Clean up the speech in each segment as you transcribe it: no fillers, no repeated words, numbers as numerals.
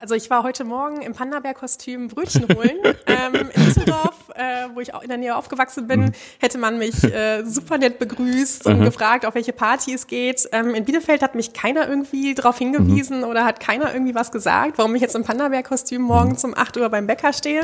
Also ich war heute Morgen im Panda-Bär-Kostüm Brötchen holen. In Düsseldorf, wo ich auch in der Nähe aufgewachsen bin, hätte man mich super nett begrüßt und gefragt, auf welche Party es geht. In Bielefeld hat mich keiner irgendwie darauf hingewiesen oder hat keiner irgendwie was gesagt, warum ich jetzt im Panda-Bär-Kostüm morgens um 8 Uhr beim Bäcker stehe.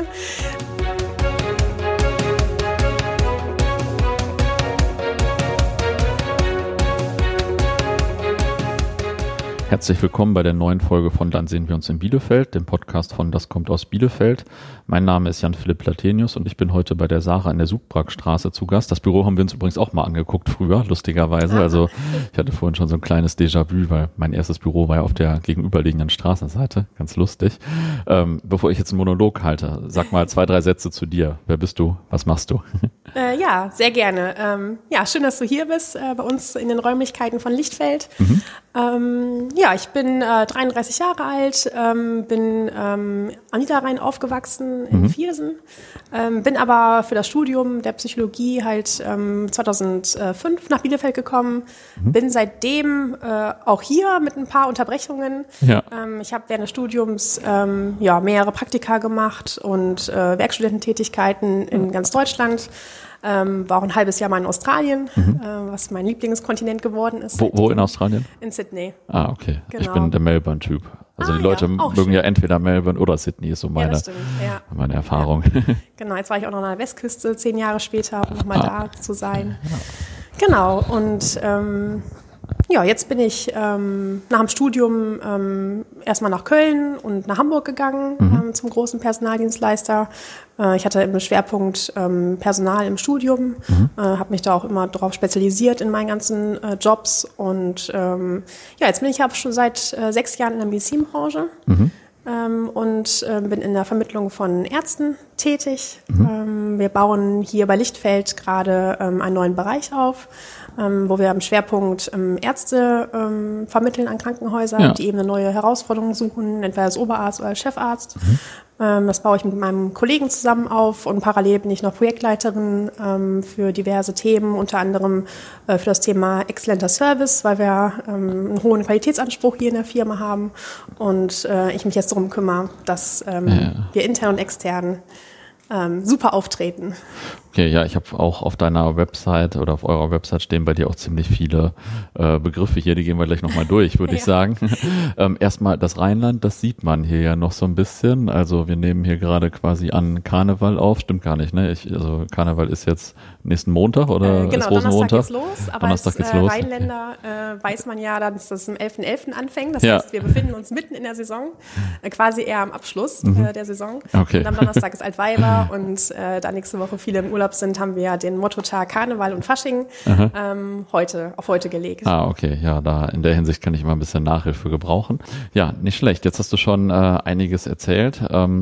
Herzlich willkommen bei der neuen Folge von Dann sehen wir uns in Bielefeld, dem Podcast von Das kommt aus Bielefeld. Mein Name ist Jan-Philipp Platenius und ich bin heute bei der Sarah in der Suchbrackstraße zu Gast. Das Büro haben wir uns übrigens auch mal angeguckt früher, lustigerweise. Also ich hatte vorhin schon so ein kleines Déjà-vu, weil mein erstes Büro war ja auf der gegenüberliegenden Straßenseite. Ganz lustig. Bevor ich jetzt einen Monolog halte, sag mal 2, 3 Sätze zu dir. Wer bist du? Was machst du? Ja, sehr gerne. Schön, dass du hier bist, bei uns in den Räumlichkeiten von Lichtfeld. Ich bin 33 Jahre alt, bin am Niederrhein aufgewachsen in Viersen, bin aber für das Studium der Psychologie halt 2005 nach Bielefeld gekommen, bin seitdem auch hier mit ein paar Unterbrechungen. Ja. Ich habe während des Studiums mehrere Praktika gemacht und Werkstudententätigkeiten in ganz Deutschland. War auch ein halbes Jahr mal in Australien, was mein Lieblingskontinent geworden ist. Wo in Australien? In Sydney. Ah, okay. Genau. Ich bin der Melbourne-Typ. Also die Leute mögen schön. Ja entweder Melbourne oder Sydney, ist so meine Erfahrung. Ja. Genau, jetzt war ich auch noch an der Westküste 10 Jahre später, um nochmal da zu sein. Ja. Genau, und jetzt bin ich nach dem Studium erstmal nach Köln und nach Hamburg gegangen, zum großen Personaldienstleister. Ich hatte im Schwerpunkt Personal im Studium, habe mich da auch immer darauf spezialisiert in meinen ganzen Jobs. Und jetzt bin ich aber schon seit 6 Jahren in der Medizinbranche. Und bin in der Vermittlung von Ärzten tätig. Wir bauen hier bei Lichtfeld gerade einen neuen Bereich auf, wo wir am Schwerpunkt Ärzte vermitteln an Krankenhäuser, die eben eine neue Herausforderung suchen, entweder als Oberarzt oder als Chefarzt. Das baue ich mit meinem Kollegen zusammen auf und parallel bin ich noch Projektleiterin für diverse Themen, unter anderem für das Thema exzellenter Service, weil wir einen hohen Qualitätsanspruch hier in der Firma haben und ich mich jetzt darum kümmere, dass wir intern und extern super auftreten. Okay, ja, ich habe auch auf deiner Website oder auf eurer Website stehen bei dir auch ziemlich viele Begriffe hier, die gehen wir gleich nochmal durch, würde ich sagen. Erstmal das Rheinland, das sieht man hier ja noch so ein bisschen. Also wir nehmen hier gerade quasi an Karneval auf, stimmt gar nicht, ne? Also Karneval ist jetzt nächsten Montag oder genau, ist Rosenmontag? Donnerstag geht's los, aber als Rheinländer weiß man ja, dass das am 11.11. anfängt. Das heißt, wir befinden uns mitten in der Saison, quasi eher am Abschluss der Saison. Okay. Und am Donnerstag ist Altweiber und da nächste Woche viele im Urlaub sind, haben wir ja den Mottotag Karneval und Fasching auf heute gelegt. Ah, okay. Ja, da in der Hinsicht kann ich immer ein bisschen Nachhilfe gebrauchen. Ja, nicht schlecht. Jetzt hast du schon einiges erzählt.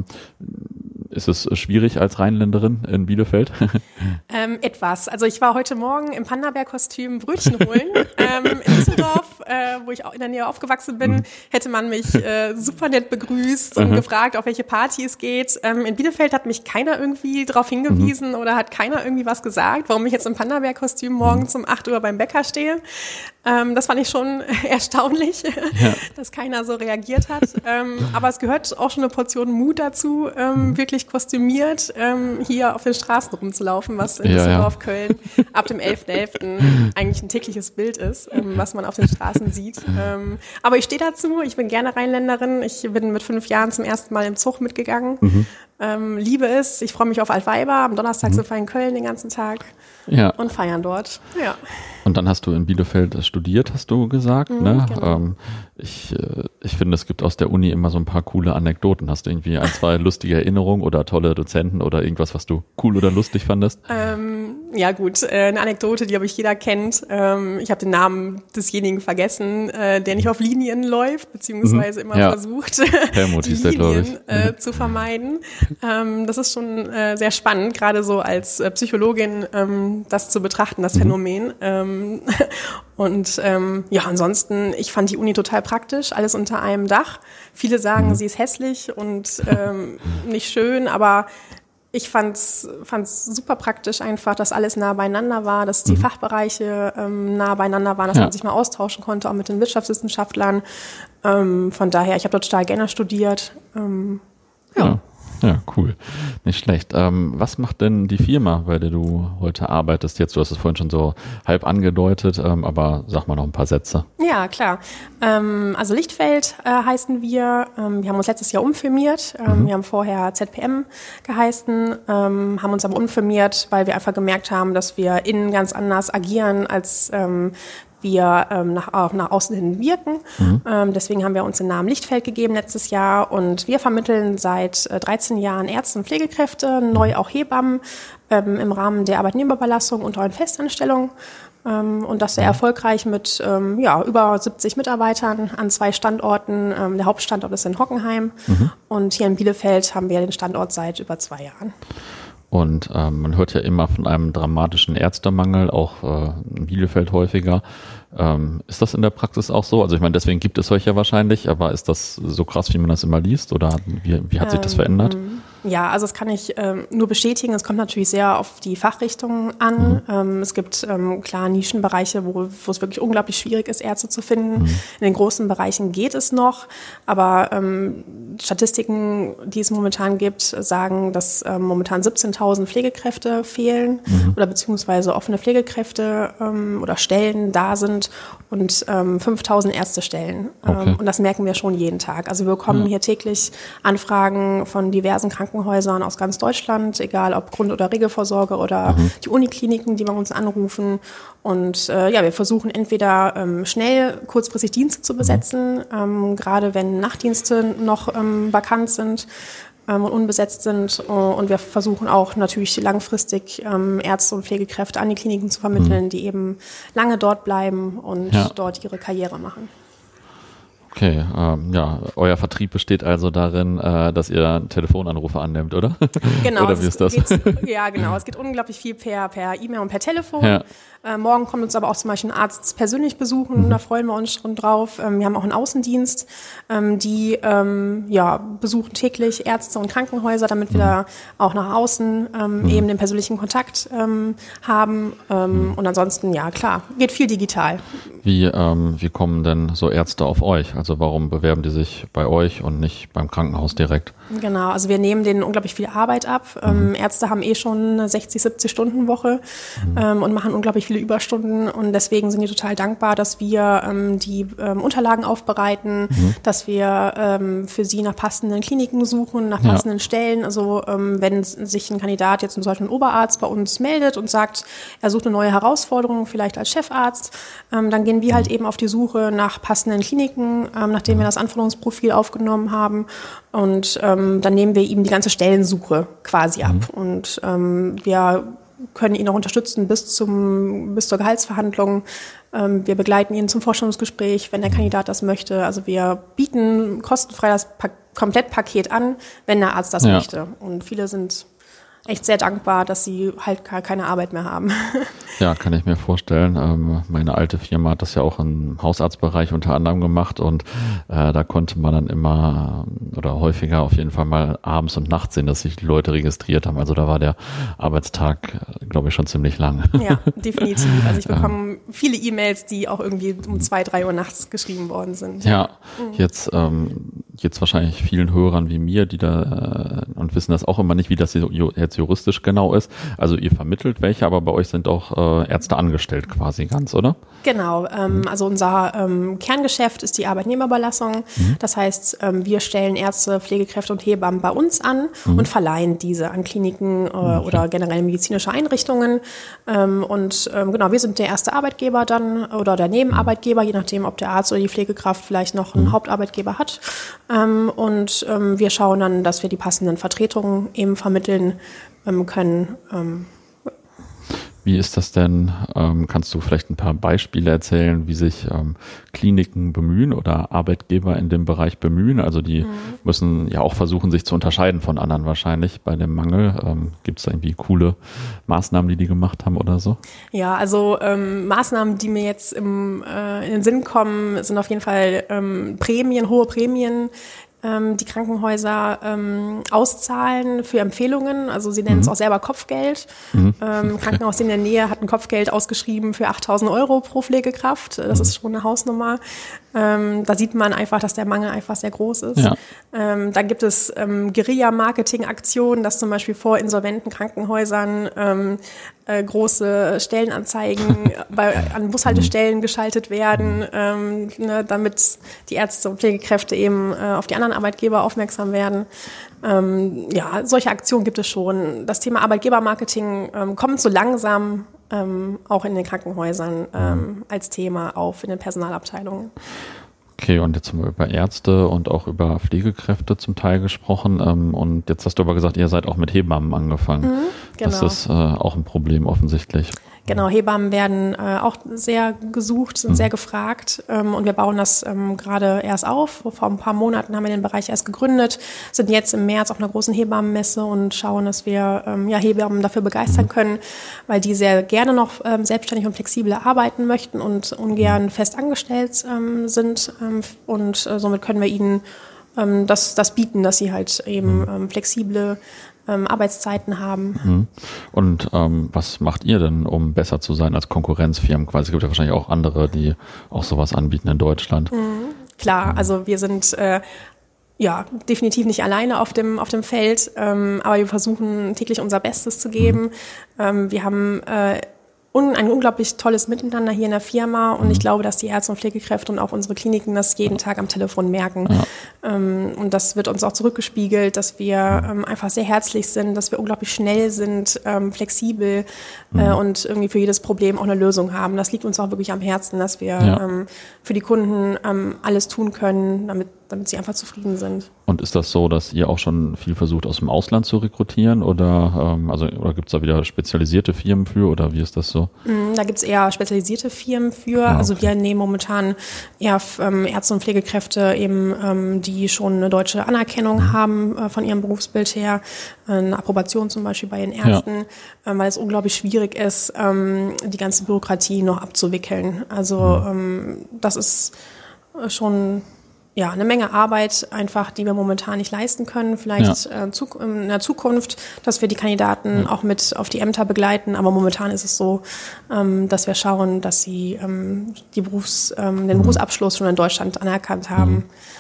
Ist es schwierig als Rheinländerin in Bielefeld? Etwas. Also ich war heute Morgen im Panda-Bär-Kostüm Brötchen holen. In Düsseldorf, wo ich auch in der Nähe aufgewachsen bin, hätte man mich super nett begrüßt und gefragt, auf welche Party es geht. In Bielefeld hat mich keiner irgendwie darauf hingewiesen oder hat keiner irgendwie was gesagt, warum ich jetzt im Panda-Bär-Kostüm morgens um 8 Uhr beim Bäcker stehe. Das fand ich schon erstaunlich, dass keiner so reagiert hat. Aber es gehört auch schon eine Portion Mut dazu, wirklich kostümiert hier auf den Straßen rumzulaufen, was in Düsseldorf, Köln ab dem 11.11. eigentlich ein tägliches Bild ist, was man auf den Straßen sieht. Aber ich stehe dazu, ich bin gerne Rheinländerin. Ich bin mit 5 Jahren zum ersten Mal im Zug mitgegangen. Liebe es, ich freue mich auf Altweiber. Am Donnerstag sind wir in Köln den ganzen Tag und feiern dort. Ja. Und dann hast du in Bielefeld studiert, hast du gesagt, ne? Genau. Ich finde, es gibt aus der Uni immer so ein paar coole Anekdoten. Hast du irgendwie 1, 2 lustige Erinnerungen oder tolle Dozenten oder irgendwas, was du cool oder lustig fandest? Ja gut, eine Anekdote, die, glaube ich, jeder kennt. Ich habe den Namen desjenigen vergessen, der nicht auf Linien läuft, beziehungsweise immer versucht, Helmut die Linien zu vermeiden. Das ist schon sehr spannend, gerade so als Psychologin das zu betrachten, das Phänomen. Ansonsten, ich fand die Uni total praktisch, alles unter einem Dach. Viele sagen, sie ist hässlich und nicht schön, aber ich fand's super praktisch einfach, dass alles nah beieinander war, dass die Fachbereiche nah beieinander waren, dass man sich mal austauschen konnte, auch mit den Wirtschaftswissenschaftlern. Von daher, ich habe dort total gerne studiert. Ja, cool. Nicht schlecht. Was macht denn die Firma, bei der du heute arbeitest jetzt? Du hast es vorhin schon so halb angedeutet, aber sag mal noch ein paar Sätze. Ja, klar. Also Lichtfeld heißen wir. Wir haben uns letztes Jahr umfirmiert. Wir haben vorher ZPM geheißen, haben uns aber umfirmiert, weil wir einfach gemerkt haben, dass wir innen ganz anders agieren, als wir nach außen hin wirken. Deswegen haben wir uns den Namen Lichtfeld gegeben letztes Jahr und wir vermitteln seit 13 Jahren Ärzte und Pflegekräfte, neu auch Hebammen im Rahmen der Arbeitnehmerüberlassung und auch in Festanstellung. Und das sehr erfolgreich mit über 70 Mitarbeitern an 2 Standorten. Der Hauptstandort ist in Hockenheim und hier in Bielefeld haben wir den Standort seit über 2 Jahren. Und man hört ja immer von einem dramatischen Ärztemangel, auch in Bielefeld häufiger. Ist das in der Praxis auch so? Also ich meine, deswegen gibt es euch ja wahrscheinlich, aber ist das so krass, wie man das immer liest? Oder wie hat sich das verändert? Ja, also das kann ich nur bestätigen. Es kommt natürlich sehr auf die Fachrichtung an. Es gibt klar Nischenbereiche, wo es wirklich unglaublich schwierig ist, Ärzte zu finden. In den großen Bereichen geht es noch, aber Statistiken, die es momentan gibt, sagen, dass momentan 17.000 Pflegekräfte fehlen oder beziehungsweise offene Pflegekräfte oder Stellen da sind und 5.000 Ärztestellen. Okay. Und das merken wir schon jeden Tag. Also wir bekommen hier täglich Anfragen von diversen Krankenhäusern aus ganz Deutschland, egal ob Grund- oder Regelvorsorge oder die Unikliniken, die bei uns anrufen. Und wir versuchen entweder schnell kurzfristig Dienste zu besetzen, gerade wenn Nachtdienste noch vakant sind und unbesetzt sind. Und wir versuchen auch natürlich langfristig Ärzte und Pflegekräfte an die Kliniken zu vermitteln, die eben lange dort bleiben und dort ihre Karriere machen. Okay, euer Vertrieb besteht also darin, dass ihr Telefonanrufe annehmt, oder? Genau. Oder wie ist das? Ja, genau. Es geht unglaublich viel per E-Mail und per Telefon. Ja. Morgen kommt uns aber auch zum Beispiel ein Arzt persönlich besuchen. Da freuen wir uns schon drauf. Wir haben auch einen Außendienst, die besuchen täglich Ärzte und Krankenhäuser, damit wir da auch nach außen eben den persönlichen Kontakt haben. Und ansonsten, ja klar, geht viel digital. Wie kommen denn so Ärzte auf euch? Also warum bewerben die sich bei euch und nicht beim Krankenhaus direkt? Genau, also wir nehmen denen unglaublich viel Arbeit ab. Ärzte haben schon eine 60-70-Stunden-Woche und machen unglaublich viele Überstunden und deswegen sind die total dankbar, dass wir die Unterlagen aufbereiten, dass wir für sie nach passenden Kliniken suchen, nach passenden Stellen. Also wenn sich ein Kandidat, jetzt zum Beispiel ein Oberarzt, bei uns meldet und sagt, er sucht eine neue Herausforderung, vielleicht als Chefarzt, dann gehen wir halt eben auf die Suche nach passenden Kliniken, nachdem wir das Anforderungsprofil aufgenommen haben und dann nehmen wir ihm die ganze Stellensuche quasi ab und wir können ihn auch unterstützen bis zur Gehaltsverhandlung. Wir begleiten ihn zum Vorstellungsgespräch, wenn der Kandidat das möchte. Also wir bieten kostenfrei das Komplettpaket an, wenn der Arzt das möchte. Und viele sind echt sehr dankbar, dass sie halt gar keine Arbeit mehr haben. Ja, kann ich mir vorstellen. Meine alte Firma hat das ja auch im Hausarztbereich unter anderem gemacht und da konnte man dann immer oder häufiger auf jeden Fall mal abends und nachts sehen, dass sich die Leute registriert haben. Also da war der Arbeitstag, glaube ich, schon ziemlich lang. Ja, definitiv. Also ich bekomme viele E-Mails, die auch irgendwie um 2, 3 Uhr nachts geschrieben worden sind. Ja, jetzt wahrscheinlich vielen Hörern wie mir, die da und wissen das auch immer nicht, wie das jetzt juristisch genau ist. Also ihr vermittelt welche, aber bei euch sind auch Ärzte angestellt quasi ganz, oder? Genau. Also unser Kerngeschäft ist die Arbeitnehmerüberlassung. Das heißt, wir stellen Ärzte, Pflegekräfte und Hebammen bei uns an und verleihen diese an Kliniken oder generell medizinische Einrichtungen. Genau, wir sind der erste Arbeitgeber dann oder der Nebenarbeitgeber, je nachdem, ob der Arzt oder die Pflegekraft vielleicht noch einen Hauptarbeitgeber hat. Wir schauen dann, dass wir die passenden Vertretungen eben vermitteln können. Wie ist das denn? Kannst du vielleicht ein paar Beispiele erzählen, wie sich Kliniken bemühen oder Arbeitgeber in dem Bereich bemühen? Also die müssen ja auch versuchen, sich zu unterscheiden von anderen wahrscheinlich bei dem Mangel. Gibt es da irgendwie coole Maßnahmen, die gemacht haben oder so? Ja, also Maßnahmen, die mir jetzt in den Sinn kommen, sind auf jeden Fall Prämien, hohe Prämien, die Krankenhäuser auszahlen für Empfehlungen. Also sie nennen es auch selber Kopfgeld. Krankenhaus in der Nähe hat ein Kopfgeld ausgeschrieben für 8.000 € pro Pflegekraft. Das ist schon eine Hausnummer. Da sieht man einfach, dass der Mangel einfach sehr groß ist. Ja. Dann gibt es Guerilla-Marketing-Aktionen, dass zum Beispiel vor insolventen Krankenhäusern große Stellenanzeigen an Bushaltestellen geschaltet werden, damit die Ärzte und Pflegekräfte eben auf die anderen Arbeitgeber aufmerksam werden. Solche Aktionen gibt es schon. Das Thema Arbeitgebermarketing kommt so langsam auch in den Krankenhäusern als Thema auf, in den Personalabteilungen. Okay, und jetzt haben wir über Ärzte und auch über Pflegekräfte zum Teil gesprochen. Und jetzt hast du aber gesagt, ihr seid auch mit Hebammen angefangen. Genau. Das ist auch ein Problem offensichtlich. Genau, Hebammen werden auch sehr gesucht, sind sehr gefragt und wir bauen das gerade erst auf. Vor ein paar Monaten haben wir den Bereich erst gegründet, sind jetzt im März auf einer großen Hebammenmesse und schauen, dass wir Hebammen dafür begeistern können, weil die sehr gerne noch selbstständig und flexibel arbeiten möchten und ungern fest angestellt sind und somit können wir ihnen das bieten, dass sie halt eben flexible Arbeitszeiten haben. Und was macht ihr denn, um besser zu sein als Konkurrenzfirmen? Quasi, es gibt ja wahrscheinlich auch andere, die auch sowas anbieten in Deutschland. Klar, also wir sind definitiv nicht alleine auf dem Feld, aber wir versuchen täglich unser Bestes zu geben. Wir haben ein unglaublich tolles Miteinander hier in der Firma und ich glaube, dass die Ärzte und Pflegekräfte und auch unsere Kliniken das jeden Tag am Telefon merken. Und das wird uns auch zurückgespiegelt, dass wir einfach sehr herzlich sind, dass wir unglaublich schnell sind, flexibel und irgendwie für jedes Problem auch eine Lösung haben. Das liegt uns auch wirklich am Herzen, dass wir für die Kunden alles tun können, damit sie einfach zufrieden sind. Und ist das so, dass ihr auch schon viel versucht, aus dem Ausland zu rekrutieren oder gibt es da wieder spezialisierte Firmen für oder wie ist das so? Da gibt es eher spezialisierte Firmen für. Okay. Also wir nehmen momentan eher Ärzte und Pflegekräfte eben, die schon eine deutsche Anerkennung haben von ihrem Berufsbild her, eine Approbation zum Beispiel bei den Ärzten, weil es unglaublich schwierig ist, die ganze Bürokratie noch abzuwickeln. Also das ist schon eine Menge Arbeit einfach, die wir momentan nicht leisten können. Vielleicht in der Zukunft, dass wir die Kandidaten auch mit auf die Ämter begleiten. Aber momentan ist es so, dass wir schauen, dass sie den Berufsabschluss schon in Deutschland anerkannt haben.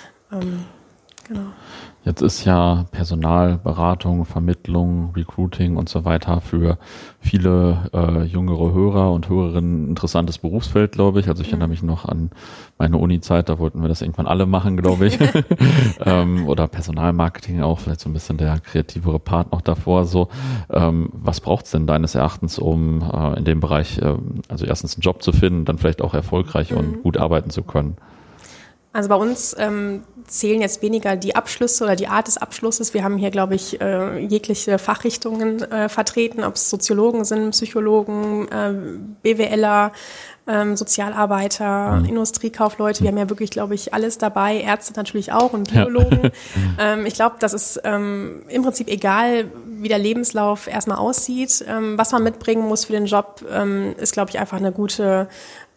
Genau. Jetzt ist ja Personalberatung, Vermittlung, Recruiting und so weiter für viele jüngere Hörer und Hörerinnen ein interessantes Berufsfeld, glaube ich. Also ich erinnere mich noch an meine Uni-Zeit, da wollten wir das irgendwann alle machen, glaube ich. Oder Personalmarketing auch, vielleicht so ein bisschen der kreativere Part noch davor. So, was braucht es denn deines Erachtens, um in dem Bereich, also erstens einen Job zu finden, dann vielleicht auch erfolgreich und gut arbeiten zu können? Also bei uns zählen jetzt weniger die Abschlüsse oder die Art des Abschlusses. Wir haben hier, glaube ich, jegliche Fachrichtungen vertreten, ob es Soziologen sind, Psychologen, BWLer, Sozialarbeiter, Industriekaufleute. Wir haben ja wirklich, glaube ich, alles dabei. Ärzte natürlich auch und Biologen. Ich glaube, das ist im Prinzip egal, wie der Lebenslauf erstmal aussieht. Was man mitbringen muss für den Job, ist, glaube ich, einfach eine gute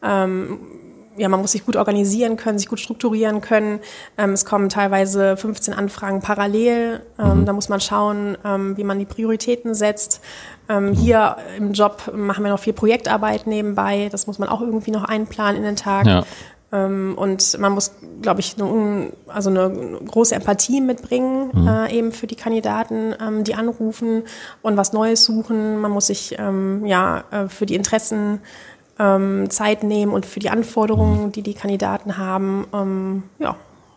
man muss sich gut organisieren können, sich gut strukturieren können. Es kommen teilweise 15 Anfragen parallel. Da muss man schauen, wie man die Prioritäten setzt. Hier im Job machen wir noch viel Projektarbeit nebenbei. Das muss man auch irgendwie noch einplanen in den Tag. Ja. Und man muss, glaube ich, eine große Empathie mitbringen, eben für die Kandidaten, die anrufen und was Neues suchen. Man muss sich für die Interessen Zeit nehmen und für die Anforderungen, die Kandidaten haben, Ja,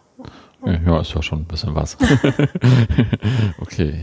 ist ja schon ein bisschen was. Okay,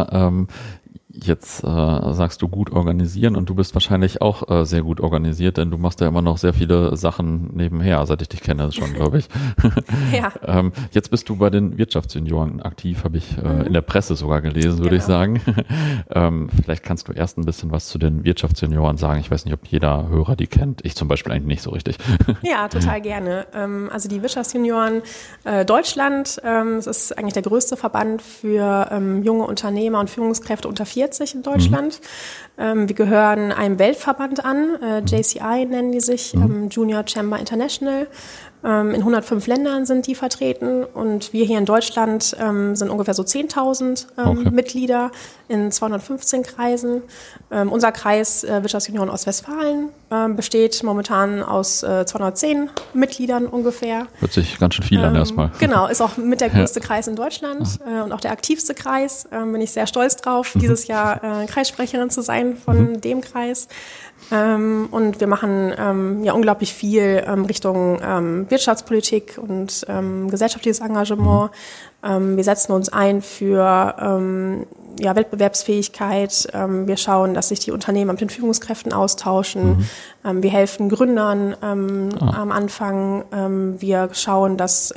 jetzt sagst du gut organisieren und du bist wahrscheinlich auch sehr gut organisiert, denn du machst ja immer noch sehr viele Sachen nebenher, seit ich dich kenne schon, glaube ich. Ja. Jetzt bist du bei den Wirtschaftsjunioren aktiv, habe ich in der Presse sogar gelesen, würde ich sagen. Vielleicht kannst du erst ein bisschen was zu den Wirtschaftsjunioren sagen. Ich weiß nicht, ob jeder Hörer die kennt. Ich zum Beispiel eigentlich nicht so richtig. Ja, total gerne. Also die Wirtschaftsjunioren Deutschland, das ist eigentlich der größte Verband für junge Unternehmer und Führungskräfte unter 40 in Deutschland. Wir gehören einem Weltverband an, JCI nennen die sich, Junior Chamber International. In 105 Ländern sind die vertreten und wir hier in Deutschland sind ungefähr so 10.000 Mitglieder in 215 Kreisen. Unser Kreis Wirtschaftsunion Ostwestfalen besteht momentan aus 210 Mitgliedern ungefähr. Hört sich ganz schön viel an erstmal. Genau, ist auch mit der größte Kreis in Deutschland und auch der aktivste Kreis. Bin ich sehr stolz drauf, dieses Jahr Kreissprecherin zu sein von dem Kreis. Und wir machen ja unglaublich viel Richtung Wirtschaftspolitik und gesellschaftliches Engagement. Wir setzen uns ein für ja, Wettbewerbsfähigkeit. Wir schauen, dass sich die Unternehmen mit den Führungskräften austauschen. Wir helfen Gründern am Anfang. Wir schauen, dass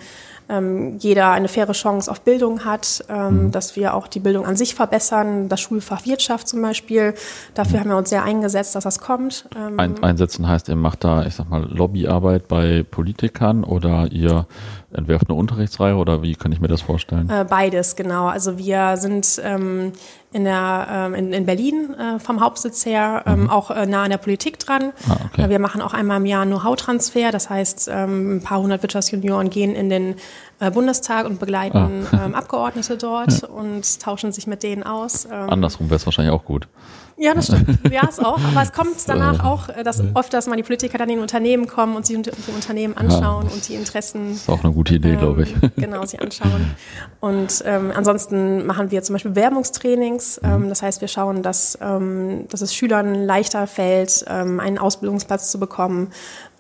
jeder eine faire Chance auf Bildung hat, dass wir auch die Bildung an sich verbessern, das Schulfach Wirtschaft zum Beispiel. Dafür haben wir uns sehr eingesetzt, dass das kommt. Einsetzen heißt, ihr macht da, ich sag mal, Lobbyarbeit bei Politikern oder ihr entwerft eine Unterrichtsreihe oder wie kann ich mir das vorstellen? Beides, genau. Also wir sind in Berlin vom Hauptsitz her auch nah an der Politik dran. Okay. Wir machen auch einmal im Jahr Know-how-Transfer, das heißt, ein paar hundert Wirtschaftsjunioren gehen in den Bundestag und begleiten Abgeordnete dort und tauschen sich mit denen aus. Andersrum wäre es wahrscheinlich auch gut. Ja, das stimmt. Ja, ist auch. Aber es kommt danach auch, dass öfters mal die Politiker dann in Unternehmen kommen und sich die Unternehmen anschauen und die Interessen. Das ist auch eine gute Idee, glaube ich. Genau, sie anschauen. Und ansonsten machen wir zum Beispiel Bewerbungstrainings. Das heißt, wir schauen, dass es Schülern leichter fällt, einen Ausbildungsplatz zu bekommen.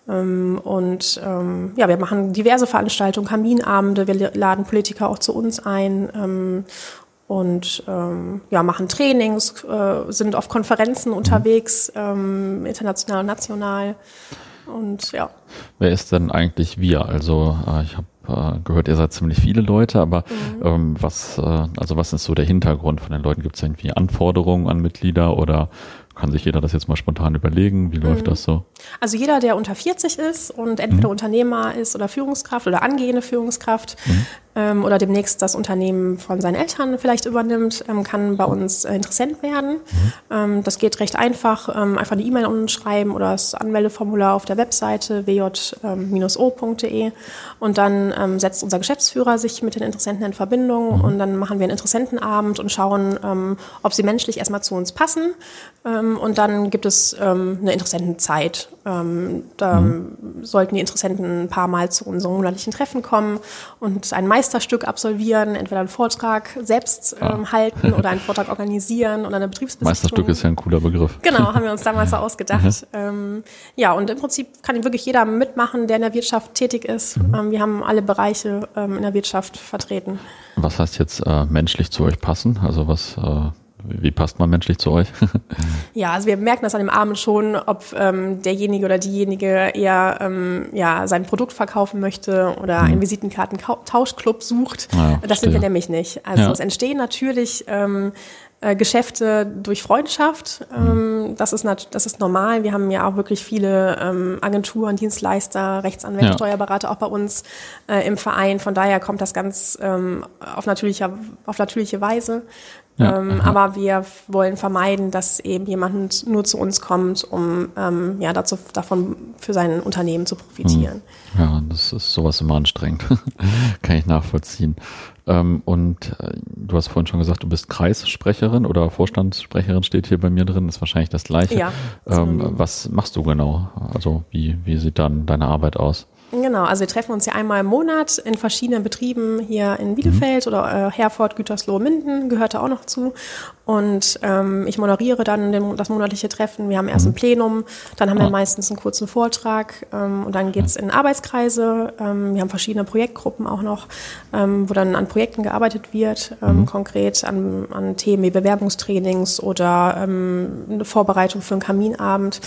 Und ja, wir machen diverse Veranstaltungen, Kaminabende, wir laden Politiker auch zu uns ein. Und ja, machen Trainings, sind auf Konferenzen unterwegs, international und national. Und ja. Wer ist denn eigentlich wir? Also ich habe gehört, ihr seid ziemlich viele Leute, aber was ist so der Hintergrund von den Leuten? Gibt es irgendwie Anforderungen an Mitglieder oder kann sich jeder das jetzt mal spontan überlegen? Wie läuft das so? Also jeder, der unter 40 ist und entweder Unternehmer ist oder Führungskraft oder angehende Führungskraft oder demnächst das Unternehmen von seinen Eltern vielleicht übernimmt, kann bei uns Interessent werden. Das geht recht einfach. Einfach eine E-Mail schreiben oder das Anmeldeformular auf der Webseite wj-o.de und dann setzt unser Geschäftsführer sich mit den Interessenten in Verbindung und dann machen wir einen Interessentenabend und schauen, ob sie menschlich erstmal zu uns passen. Und dann gibt es eine Interessentenzeit. Da sollten die Interessenten ein paar Mal zu unserem monatlichen Treffen kommen und ein Meisterstück absolvieren, entweder einen Vortrag selbst halten oder einen Vortrag organisieren oder eine Betriebsbesichtigung. Meisterstück ist ja ein cooler Begriff. Genau, haben wir uns damals so ausgedacht. Ja, und im Prinzip kann wirklich jeder mitmachen, der in der Wirtschaft tätig ist. Wir haben alle Bereiche in der Wirtschaft vertreten. Was heißt jetzt menschlich zu euch passen? Also wie passt man menschlich zu euch? Ja, also wir merken das an dem Abend schon, ob derjenige oder diejenige eher sein Produkt verkaufen möchte oder einen Visitenkarten-Tauschclub sucht. Ja, das sind wir nämlich nicht. Also es entstehen natürlich Geschäfte durch Freundschaft. Das ist normal. Wir haben ja auch wirklich viele Agenturen, Dienstleister, Rechtsanwälte, Steuerberater auch bei uns im Verein. Von daher kommt das ganz auf natürliche Weise. Aber wir wollen vermeiden, dass eben jemand nur zu uns kommt, um davon für sein Unternehmen zu profitieren. Ja, das ist sowas immer anstrengend. Kann ich nachvollziehen. Und du hast vorhin schon gesagt, du bist Kreissprecherin oder Vorstandssprecherin, steht hier bei mir drin, ist wahrscheinlich das Gleiche. Ja. Was machst du genau? Also wie sieht dann deine Arbeit aus? Genau, also wir treffen uns ja einmal im Monat in verschiedenen Betrieben hier in Bielefeld oder Herford, Gütersloh, Minden gehört da auch noch zu. Und ich moderiere dann das monatliche Treffen. Wir haben erst ein Plenum, dann haben wir meistens einen kurzen Vortrag und dann geht's in Arbeitskreise. Wir haben verschiedene Projektgruppen auch noch, wo dann an Projekten gearbeitet wird, konkret an Themen wie Bewerbungstrainings oder eine Vorbereitung für einen Kaminabend.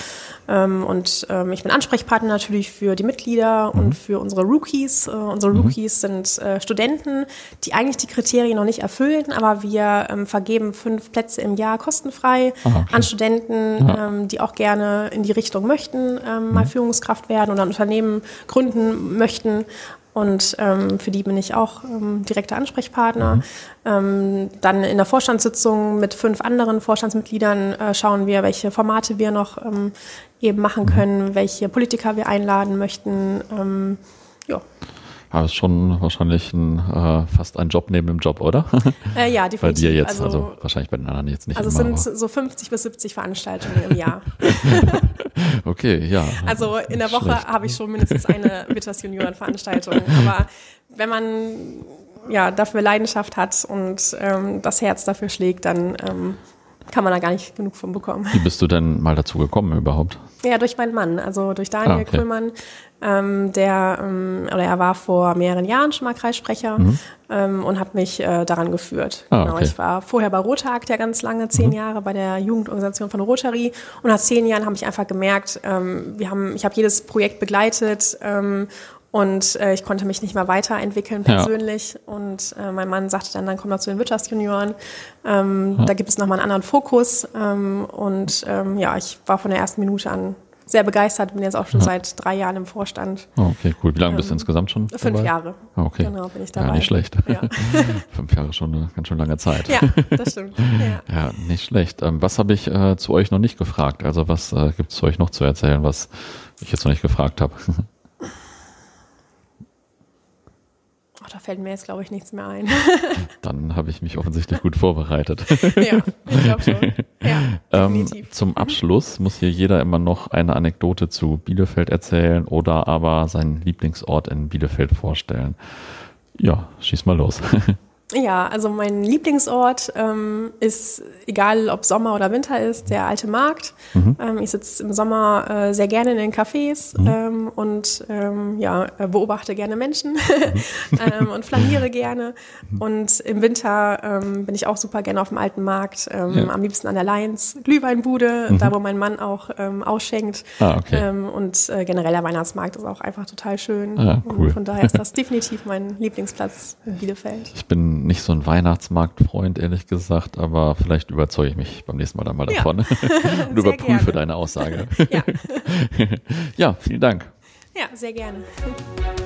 Und ich bin Ansprechpartner natürlich für die Mitglieder und für unsere Rookies. Unsere Rookies sind Studenten, die eigentlich die Kriterien noch nicht erfüllen, aber wir vergeben 5 Plätze im Jahr kostenfrei an Studenten, die auch gerne in die Richtung möchten, mal Führungskraft werden oder ein Unternehmen gründen möchten. und für die bin ich auch direkter Ansprechpartner. Dann in der Vorstandssitzung mit 5 anderen Vorstandsmitgliedern schauen wir, welche Formate wir noch eben machen können, welche Politiker wir einladen möchten. Ja. Aber es ist schon wahrscheinlich fast ein Job neben dem Job, oder? Ja, definitiv. Bei dir jetzt, also wahrscheinlich bei den anderen jetzt nicht. Also immer, es sind so 50 bis 70 Veranstaltungen im Jahr. Okay, ja. Also in der Woche habe ich schon mindestens eine Virtus-Junioren-Veranstaltung. Aber wenn man dafür Leidenschaft hat und das Herz dafür schlägt, dann kann man da gar nicht genug von bekommen. Wie bist du denn mal dazu gekommen überhaupt? Ja, durch meinen Mann, also durch Daniel Krüllmann. Er war vor mehreren Jahren schon mal Kreissprecher und hat mich daran geführt. Genau, ich war vorher bei Rotaract ja ganz lange, 10 Jahre bei der Jugendorganisation von Rotary, und nach 10 Jahren habe ich einfach gemerkt, ich habe jedes Projekt begleitet und ich konnte mich nicht mehr weiterentwickeln persönlich. Ja. Und mein Mann sagte dann komm doch zu den Wirtschaftsjunioren. Da gibt es nochmal einen anderen Fokus. Ich war von der ersten Minute an sehr begeistert, bin jetzt auch schon seit 3 Jahren im Vorstand. Oh, okay, cool. Wie lange bist du insgesamt schon 5 dabei? Jahre. Oh, okay. Genau, bin ich dabei. Ja, nicht schlecht. Ja. 5 Jahre schon eine ganz schön lange Zeit. Ja, das stimmt. Ja, nicht schlecht. Was habe ich zu euch noch nicht gefragt? Also was gibt es zu euch noch zu erzählen, was ich jetzt noch nicht gefragt habe? Da fällt mir jetzt, glaube ich, nichts mehr ein. Dann habe ich mich offensichtlich gut vorbereitet. Ja, ich glaube schon. Ja, definitiv. Zum Abschluss muss hier jeder immer noch eine Anekdote zu Bielefeld erzählen oder aber seinen Lieblingsort in Bielefeld vorstellen. Ja, schieß mal los. Ja, also mein Lieblingsort ist, egal ob Sommer oder Winter ist, der Alte Markt. Ich sitze im Sommer sehr gerne in den Cafés und beobachte gerne Menschen und flaniere gerne. Und im Winter bin ich auch super gerne auf dem Alten Markt, am liebsten an der Lions Glühweinbude, da wo mein Mann auch ausschenkt. Und generell der Weihnachtsmarkt ist auch einfach total schön. Cool. Und von daher ist das definitiv mein Lieblingsplatz in Bielefeld. Ich bin nicht so ein Weihnachtsmarktfreund, ehrlich gesagt, aber vielleicht überzeuge ich mich beim nächsten Mal dann mal davon und überprüfe deine Aussage. Ja, vielen Dank. Ja, sehr gerne.